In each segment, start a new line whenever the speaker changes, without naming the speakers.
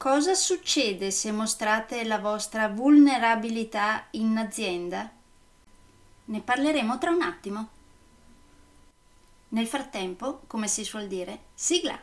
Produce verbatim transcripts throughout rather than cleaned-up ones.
Cosa succede se mostrate la vostra vulnerabilità in azienda? Ne parleremo tra un attimo. Nel frattempo, come si suol dire, sigla!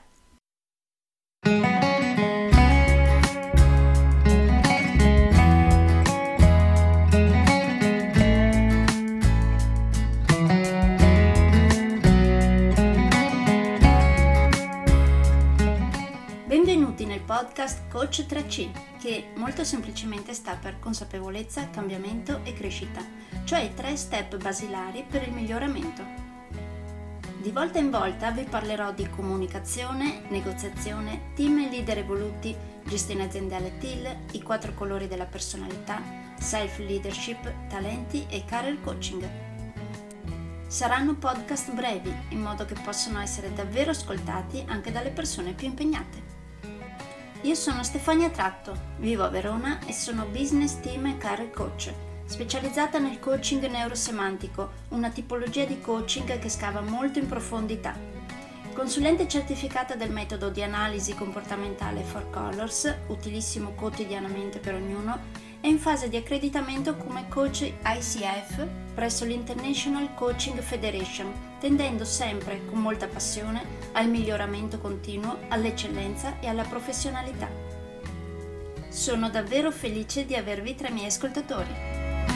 Benvenuti nel podcast Coach tre C, che molto semplicemente sta per consapevolezza, cambiamento e crescita, cioè i tre step basilari per il miglioramento. Di volta in volta vi parlerò di comunicazione, negoziazione, team e leader evoluti, gestione aziendale T I L, i quattro colori della personalità, self-leadership, talenti e career coaching. Saranno podcast brevi, in modo che possano essere davvero ascoltati anche dalle persone più impegnate. Io sono Stefania Tratto, vivo a Verona e sono business team e career coach, specializzata nel coaching neurosemantico, una tipologia di coaching che scava molto in profondità. Consulente certificata del metodo di analisi comportamentale Four Colors, utilissimo quotidianamente per ognuno, è in fase di accreditamento come coach I C F presso l'International Coaching Federation, tendendo sempre con molta passione al miglioramento continuo, all'eccellenza e alla professionalità. Sono davvero felice di avervi tra i miei ascoltatori.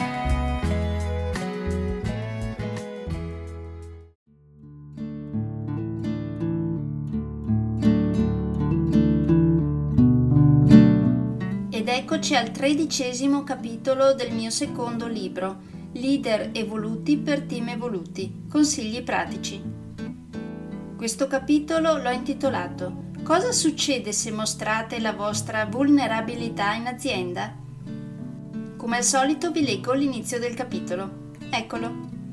Ed eccoci al tredicesimo capitolo del mio secondo libro, Leader evoluti per team evoluti, consigli pratici. Questo capitolo l'ho intitolato Cosa succede se mostrate la vostra vulnerabilità in azienda? Come al solito vi leggo l'inizio del capitolo. Eccolo.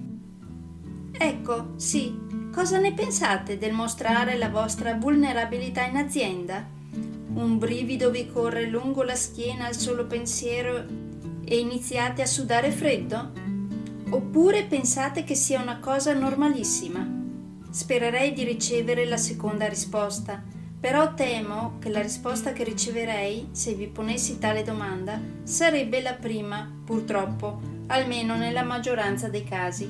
Ecco, sì, cosa ne pensate del mostrare la vostra vulnerabilità in azienda? Un brivido vi corre lungo la schiena al solo pensiero e iniziate a sudare freddo? Oppure pensate che sia una cosa normalissima? Spererei di ricevere la seconda risposta, però temo che la risposta che riceverei, se vi ponessi tale domanda, sarebbe la prima, purtroppo, almeno nella maggioranza dei casi.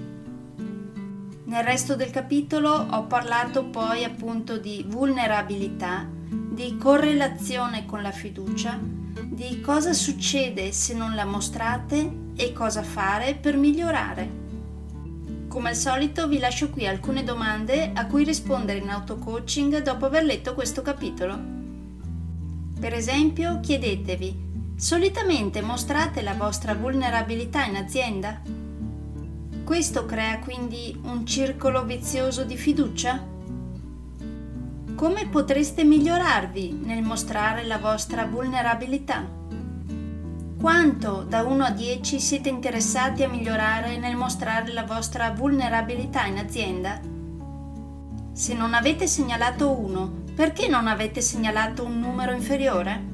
Nel resto del capitolo ho parlato poi appunto di vulnerabilità, di correlazione con la fiducia, di cosa succede se non la mostrate e cosa fare per migliorare. Come al solito vi lascio qui alcune domande a cui rispondere in auto-coaching dopo aver letto questo capitolo. Per esempio, chiedetevi: solitamente mostrate la vostra vulnerabilità in azienda? Questo crea quindi un circolo vizioso di fiducia? Come potreste migliorarvi nel mostrare la vostra vulnerabilità? Quanto da uno a dieci siete interessati a migliorare nel mostrare la vostra vulnerabilità in azienda? Se non avete segnalato uno, perché non avete segnalato un numero inferiore?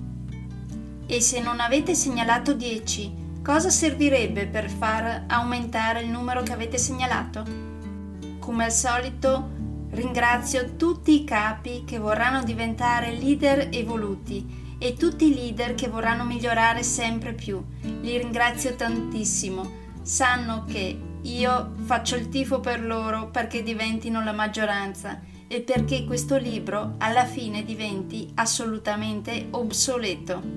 E se non avete segnalato dieci, cosa servirebbe per far aumentare il numero che avete segnalato? Come al solito, ringrazio tutti i capi che vorranno diventare leader evoluti e tutti i leader che vorranno migliorare sempre più. Li ringrazio tantissimo. Sanno che io faccio il tifo per loro perché diventino la maggioranza e perché questo libro alla fine diventi assolutamente obsoleto.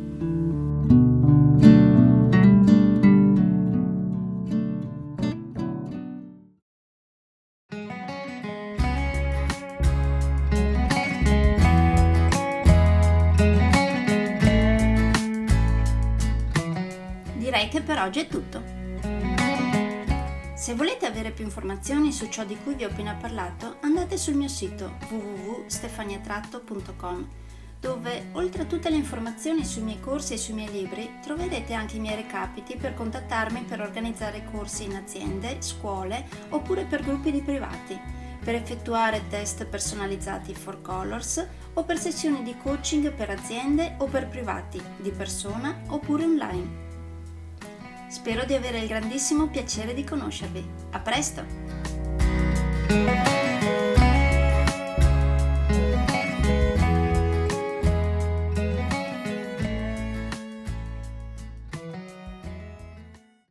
Direi che per oggi è tutto. Se volete avere più informazioni su ciò di cui vi ho appena parlato, andate sul mio sito w w w punto stefania tratto punto com, dove oltre a tutte le informazioni sui miei corsi e sui miei libri troverete anche i miei recapiti per contattarmi per organizzare corsi in aziende, scuole oppure per gruppi di privati, per effettuare test personalizzati Four Colors o per sessioni di coaching per aziende o per privati, di persona oppure online. Spero di avere il grandissimo piacere di conoscervi. A presto!